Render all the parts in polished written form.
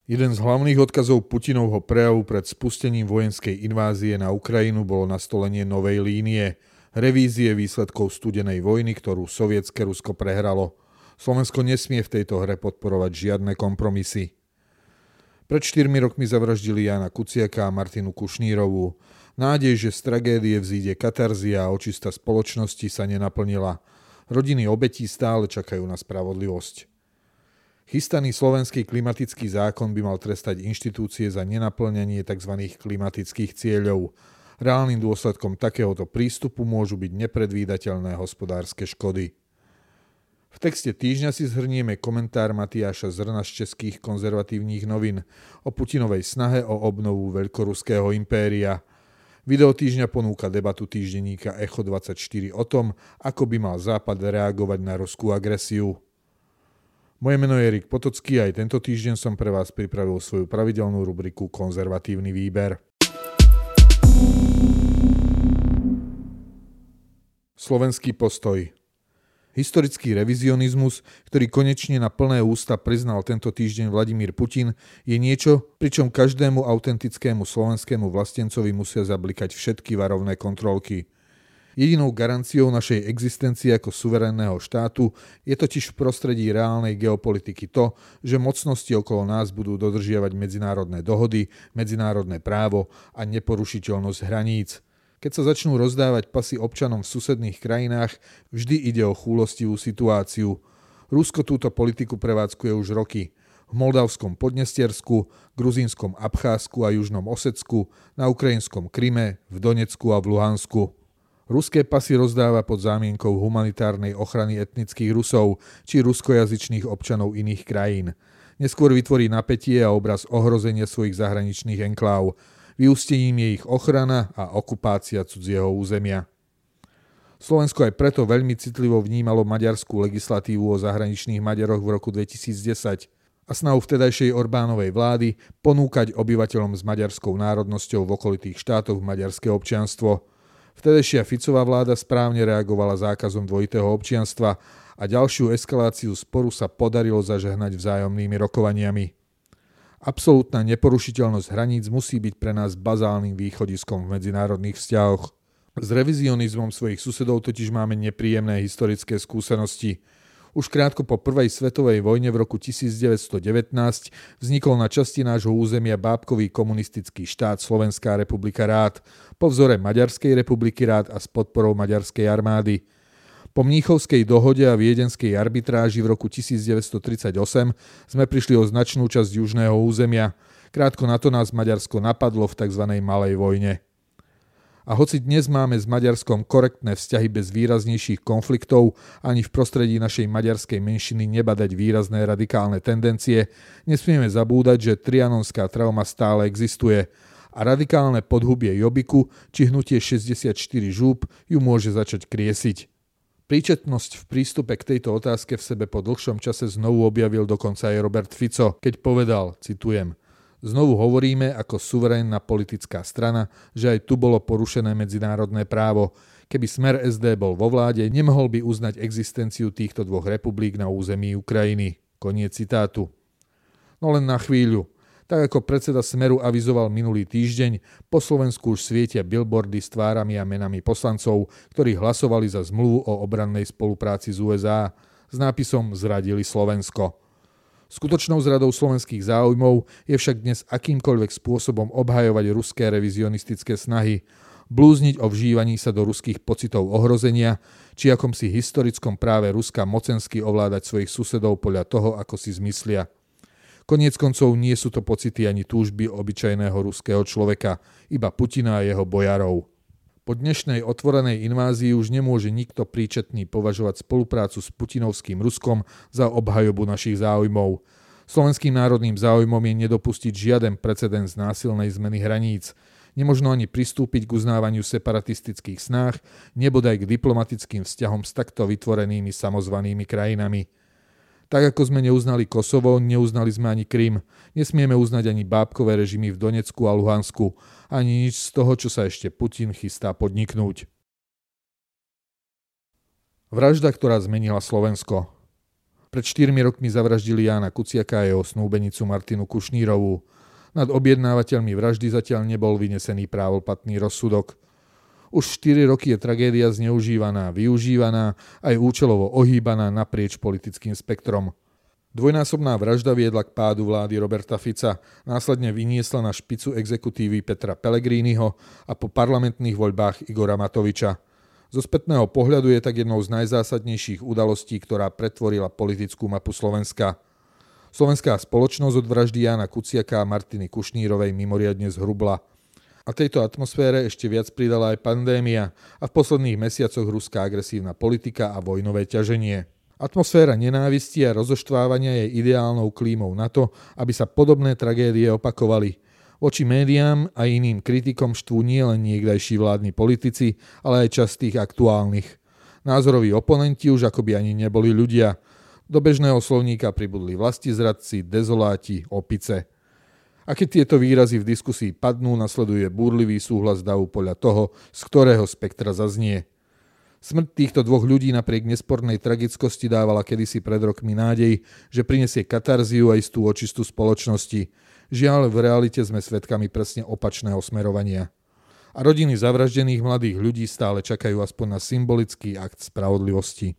Jeden z hlavných odkazov Putinovho prejavu pred spustením vojenskej invázie na Ukrajinu bolo nastolenie novej línie, revízie výsledkov studenej vojny, ktorú sovietske Rusko prehralo. Slovensko nesmie v tejto hre podporovať žiadne kompromisy. Pred 4 rokmi zavraždili Jána Kuciaka a Martinu Kušnírovú. Nádej, že z tragédie vzíde katarzia a očista spoločnosti, sa nenaplnila. Rodiny obetí stále čakajú na spravodlivosť. Chystaný slovenský klimatický zákon by mal trestať inštitúcie za nenaplňanie tzv. Klimatických cieľov. Reálnym dôsledkom takéhoto prístupu môžu byť nepredvídateľné hospodárske škody. V texte týždňa si zhrnieme komentár Matiáša Zrna z Českých konzervatívnych novín o Putinovej snahe o obnovu veľkoruského impéria. Video týždňa ponúka debatu týždenníka Echo24 o tom, ako by mal Západ reagovať na ruskú agresiu. Moje meno je Erik Potocký a aj tento týždeň som pre vás pripravil svoju pravidelnú rubriku Konzervatívny výber. Slovenský postoj. Historický revizionizmus, ktorý konečne na plné ústa priznal tento týždeň Vladimír Putin, je niečo, pričom každému autentickému slovenskému vlastencovi musia zablikať všetky varovné kontrolky. Jedinou garanciou našej existencie ako suverénneho štátu je totiž v prostredí reálnej geopolitiky to, že mocnosti okolo nás budú dodržiavať medzinárodné dohody, medzinárodné právo a neporušiteľnosť hraníc. Keď sa začnú rozdávať pasy občanom v susedných krajinách, vždy ide o chúlostivú situáciu. Rusko túto politiku prevádzkuje už roky. V moldavskom Podnestersku, gruzínskom Abcházsku a južnom Osetsku, na ukrajinskom Kryme, v Donecku a v Luhansku. Ruské pasy rozdáva pod zámienkou humanitárnej ochrany etnických Rusov či ruskojazyčných občanov iných krajín. Neskôr vytvorí napätie a obraz ohrozenia svojich zahraničných enkláv. Vyústením je ich ochrana a okupácia cudzieho územia. Slovensko aj preto veľmi citlivo vnímalo maďarskú legislatívu o zahraničných Maďaroch v roku 2010 a snahu vtedajšej Orbánovej vlády ponúkať obyvateľom s maďarskou národnosťou v okolitých štátoch maďarské občianstvo. Vtedajšia Ficová vláda správne reagovala zákazom dvojitého občianstva a ďalšiu eskaláciu sporu sa podarilo zažehnať vzájomnými rokovaniami. Absolútna neporušiteľnosť hraníc musí byť pre nás bazálnym východiskom v medzinárodných vzťahoch. S revizionizmom svojich susedov totiž máme nepríjemné historické skúsenosti. Už krátko po prvej svetovej vojne v roku 1919 vznikol na časti nášho územia bábkový komunistický štát Slovenská republika rád, po vzore Maďarskej republiky rád a s podporou maďarskej armády. Po Mníchovskej dohode a viedenskej arbitráži v roku 1938 sme prišli o značnú časť južného územia. Krátko na to nás Maďarsko napadlo v tzv. Malej vojne. A hoci dnes máme s Maďarskom korektné vzťahy bez výraznejších konfliktov, ani v prostredí našej maďarskej menšiny nebadať výrazné radikálne tendencie, nesmieme zabúdať, že trianonská trauma stále existuje a radikálne podhubie Jobiku či hnutie 64 žúb ju môže začať kriesiť. Príčetnosť v prístupe k tejto otázke v sebe po dlhšom čase znovu objavil dokonca aj Robert Fico, keď povedal, citujem: "Znovu hovoríme ako suverénna politická strana, že aj tu bolo porušené medzinárodné právo. Keby Smer SD bol vo vláde, nemohol by uznať existenciu týchto dvoch republik na území Ukrajiny." Koniec citátu. No len na chvíľu. Tak ako predseda Smeru avizoval minulý týždeň, po Slovensku už svietia billboardy s tvárami a menami poslancov, ktorí hlasovali za zmluvu o obrannej spolupráci s USA s nápisom "Zradili Slovensko". Skutočnou zradou slovenských záujmov je však dnes akýmkoľvek spôsobom obhajovať ruské revizionistické snahy, blúzniť o vžívaní sa do ruských pocitov ohrozenia, či akomsi historickom práve Ruska mocensky ovládať svojich susedov podľa toho, ako si zmyslia. Koniec koncov nie sú to pocity ani túžby obyčajného ruského človeka, iba Putina a jeho bojarov. Po dnešnej otvorenej invázii už nemôže nikto príčetný považovať spoluprácu s putinovským Ruskom za obhajobu našich záujmov. Slovenským národným záujmom je nedopustiť žiaden precedens násilnej zmeny hraníc. Nemožno ani pristúpiť k uznávaniu separatistických snách, nebodaj k diplomatickým vzťahom s takto vytvorenými samozvanými krajinami. Tak ako sme neuznali Kosovo, neuznali sme ani Krym. Nesmieme uznať ani bábkové režimy v Donecku a Luhansku. Ani nič z toho, čo sa ešte Putin chystá podniknúť. Vražda, ktorá zmenila Slovensko. Pred 4 rokmi zavraždili Jána Kuciaka a jeho snúbenicu Martinu Kušnírovú. Nad objednávateľmi vraždy zatiaľ nebol vynesený právoplatný rozsudok. Už 4 roky je tragédia zneužívaná, využívaná aj účelovo ohýbaná naprieč politickým spektrom. Dvojnásobná vražda viedla k pádu vlády Roberta Fica, následne vyniesla na špicu exekutívy Petra Pellegriniho a po parlamentných voľbách Igora Matoviča. Zo spätného pohľadu je tak jednou z najzásadnejších udalostí, ktorá pretvorila politickú mapu Slovenska. Slovenská spoločnosť od vraždy Jána Kuciaka a Martiny Kušnírovej mimoriadne zhrubla. A tejto atmosfére ešte viac pridala aj pandémia a v posledných mesiacoch ruská agresívna politika a vojnové ťaženie. Atmosféra nenávisti a rozoštvávania je ideálnou klímou na to, aby sa podobné tragédie opakovali. Voči médiám a iným kritikom štvú nielen niekdajší vládni politici, ale aj časť tých aktuálnych. Názoroví oponenti už akoby ani neboli ľudia. Do bežného slovníka pribudli vlastizradci, dezoláti, opice. A keď tieto výrazy v diskusii padnú, nasleduje búrlivý súhlas davu podľa toho, z ktorého spektra zaznie. Smrť týchto dvoch ľudí napriek nespornej tragickosti dávala kedysi pred rokmi nádej, že prinesie katarziu a istú očistu spoločnosti. Žiaľ, v realite sme svedkami presne opačného smerovania. A rodiny zavraždených mladých ľudí stále čakajú aspoň na symbolický akt spravodlivosti.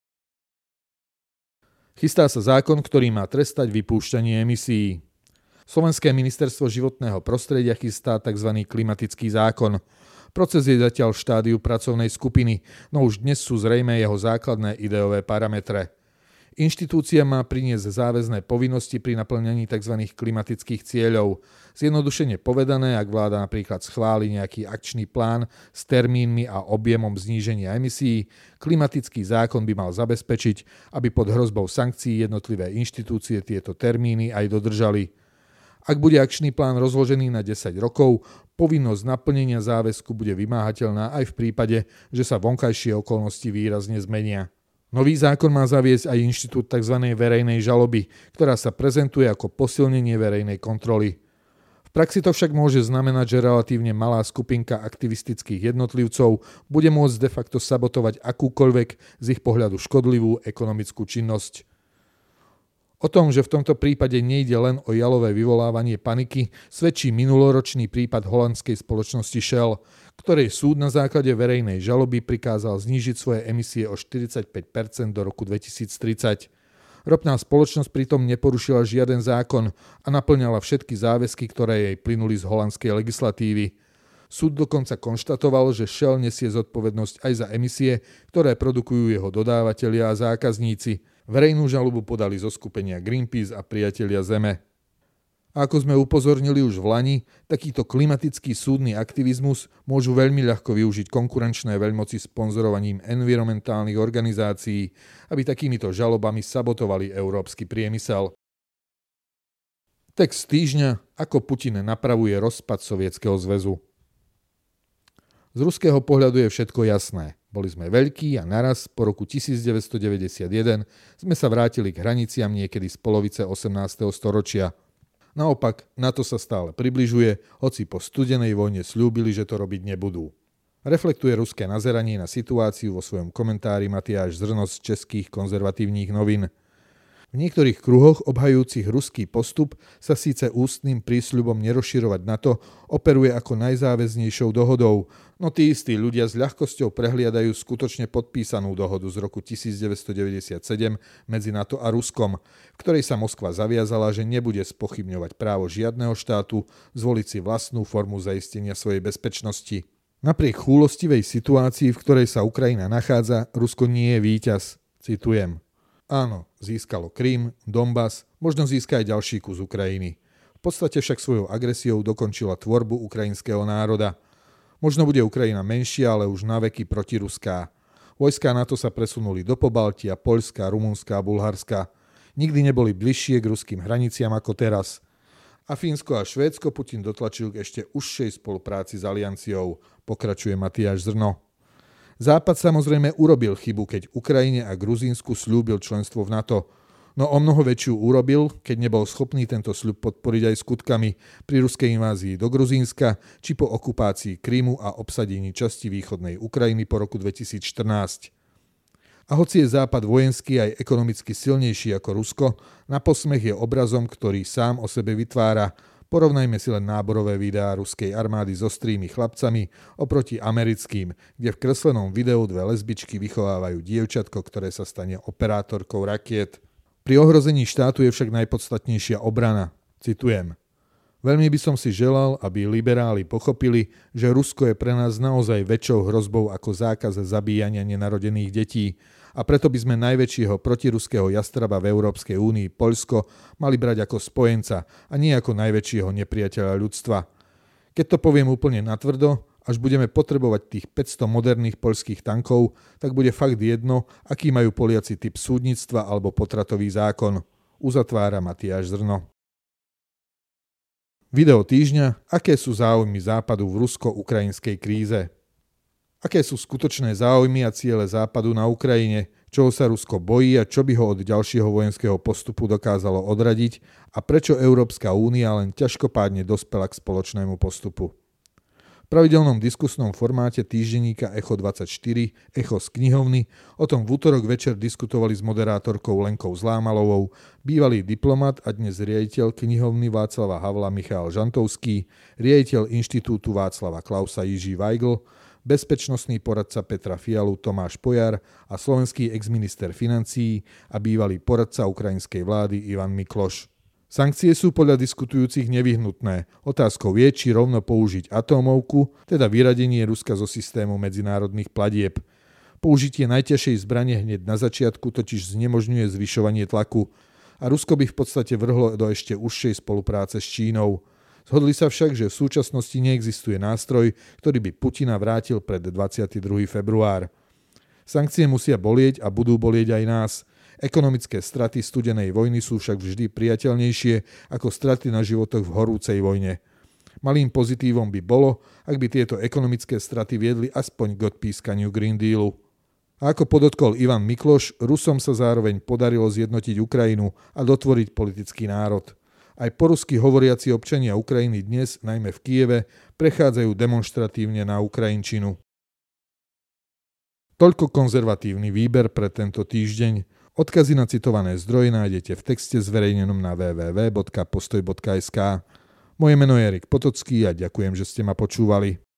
Chystá sa zákon, ktorý má trestať vypúšťanie emisií. Slovenské ministerstvo životného prostredia chystá tzv. Klimatický zákon. Proces je zatiaľ v štádiu pracovnej skupiny, no už dnes sú zrejmé jeho základné ideové parametre. Inštitúcia má priniesť záväzné povinnosti pri naplňaní tzv. Klimatických cieľov. Zjednodušene povedané, ak vláda napríklad schváli nejaký akčný plán s termínmi a objemom zníženia emisí, klimatický zákon by mal zabezpečiť, aby pod hrozbou sankcií jednotlivé inštitúcie tieto termíny aj dodržali. Ak bude akčný plán rozložený na 10 rokov, povinnosť naplnenia záväzku bude vymáhateľná aj v prípade, že sa vonkajšie okolnosti výrazne zmenia. Nový zákon má zaviesť aj inštitút tzv. Verejnej žaloby, ktorá sa prezentuje ako posilnenie verejnej kontroly. V praxi to však môže znamenať, že relatívne malá skupinka aktivistických jednotlivcov bude môcť de facto sabotovať akúkoľvek z ich pohľadu škodlivú ekonomickú činnosť. O tom, že v tomto prípade nejde len o jalové vyvolávanie paniky, svedčí minuloročný prípad holandskej spoločnosti Shell, ktorej súd na základe verejnej žaloby prikázal znížiť svoje emisie o 45% do roku 2030. Ropná spoločnosť pritom neporušila žiaden zákon a naplňala všetky záväzky, ktoré jej plynuli z holandskej legislatívy. Súd dokonca konštatoval, že Shell nesie zodpovednosť aj za emisie, ktoré produkujú jeho dodávateľia a zákazníci. Verejnú žalobu podali zo skupenia Greenpeace a Priatelia Zeme. A ako sme upozornili už v lani, takýto klimatický súdny aktivizmus môžu veľmi ľahko využiť konkurenčné veľmoci sponzorovaním environmentálnych organizácií, aby takýmito žalobami sabotovali európsky priemysel. Text týždňa: ako Putin napravuje rozpad Sovietskeho zväzu. Z ruského pohľadu je všetko jasné. Boli sme veľkí a naraz po roku 1991 sme sa vrátili k hraniciam niekedy z polovice 18. storočia. Naopak, NATO sa stále približuje, hoci po studenej vojne sľúbili, že to robiť nebudú. Reflektuje ruské nazeranie na situáciu vo svojom komentári Matiáš Zrno z českých konzervatívnych novín. V niektorých kruhoch obhajujúcich ruský postup sa síce ústnym prísľubom nerozširovať NATO operuje ako najzáväznejšou dohodou, no tí istí ľudia s ľahkosťou prehliadajú skutočne podpísanú dohodu z roku 1997 medzi NATO a Ruskom, v ktorej sa Moskva zaviazala, že nebude spochybňovať právo žiadneho štátu zvoliť si vlastnú formu zaistenia svojej bezpečnosti. Napriek chúlostivej situácii, v ktorej sa Ukrajina nachádza, Rusko nie je víťaz. Citujem. Áno, získalo Krym, Donbas, možno získa aj ďalší kus Ukrajiny. V podstate však svojou agresiou dokončila tvorbu ukrajinského národa. Možno bude Ukrajina menšia, ale už naveky protiruská. Vojská NATO sa presunuli do Pobaltia, Poľska, Rumunska a Bulharska. Nikdy neboli bližšie k ruským hraniciam ako teraz. A Fínsko a Švédsko Putin dotlačil k ešte užšej spolupráci s alianciou, pokračuje Matiáš Zrno. Západ samozrejme urobil chybu, keď Ukrajine a Gruzínsku sľúbil členstvo v NATO, no o mnoho väčšiu urobil, keď nebol schopný tento sľub podporiť aj skutkami pri ruskej invázii do Gruzínska či po okupácii Krymu a obsadení časti východnej Ukrajiny po roku 2014. A hoci je Západ vojenský aj ekonomicky silnejší ako Rusko, na posmech je obrazom, ktorý sám o sebe vytvára. Porovnajme si len náborové videá ruskej armády s ostrými chlapcami oproti americkým, kde v kreslenom videu dve lesbičky vychovávajú dievčatko, ktoré sa stane operátorkou rakiet. Pri ohrození štátu je však najpodstatnejšia obrana. Citujem. Veľmi by som si želal, aby liberáli pochopili, že Rusko je pre nás naozaj väčšou hrozbou ako zákaz zabíjania nenarodených detí a preto by sme najväčšieho protiruského jastraba v Európskej únii, Poľsko, mali brať ako spojenca a nie ako najväčšieho nepriateľa ľudstva. Keď to poviem úplne natvrdo, až budeme potrebovať tých 500 moderných poľských tankov, tak bude fakt jedno, aký majú Poliaci typ súdnictva alebo potratový zákon. Uzatvára Matiáš Zrno. Video týždňa. Aké sú záujmy Západu v rusko-ukrajinskej kríze? Aké sú skutočné záujmy a ciele Západu na Ukrajine? Čoho sa Rusko bojí a čo by ho od ďalšieho vojenského postupu dokázalo odradiť? A prečo Európska únia len ťažkopádne dospela k spoločnému postupu? V pravidelnom diskusnom formáte týždenníka Echo24, Echo z knihovny, o tom v utorok večer diskutovali s moderátorkou Lenkou Zlámalovou, bývalý diplomat a dnes riaditeľ knihovny Václava Havla Michal Žantovský, riaditeľ Inštitútu Václava Klausa Jiří Weigl, bezpečnostný poradca Petra Fialu Tomáš Pojar a slovenský exminister financií a bývalý poradca ukrajinskej vlády Ivan Mikloš. Sankcie sú podľa diskutujúcich nevyhnutné. Otázkou je, či rovno použiť atómovku, teda vyradenie Ruska zo systému medzinárodných platieb. Použitie najťažšej zbrane hneď na začiatku totiž znemožňuje zvyšovanie tlaku a Rusko by v podstate vrhlo do ešte užšej spolupráce s Čínou. Zhodli sa však, že v súčasnosti neexistuje nástroj, ktorý by Putina vrátil pred 22. február. Sankcie musia bolieť a budú bolieť aj nás. Ekonomické straty studenej vojny sú však vždy priateľnejšie ako straty na životoch v horúcej vojne. Malým pozitívom by bolo, ak by tieto ekonomické straty viedli aspoň k odpískaniu Green Dealu. A ako podotkol Ivan Mikloš, Rusom sa zároveň podarilo zjednotiť Ukrajinu a dotvoriť politický národ. Aj po rusky hovoriaci občania Ukrajiny dnes, najmä v Kieve, prechádzajú demonštratívne na ukrajinčinu. Toľko konzervatívny výber pre tento týždeň. Odkazy na citované zdroje nájdete v texte zverejnenom na www.postoj.sk. Moje meno je Erik Potocký a ďakujem, že ste ma počúvali.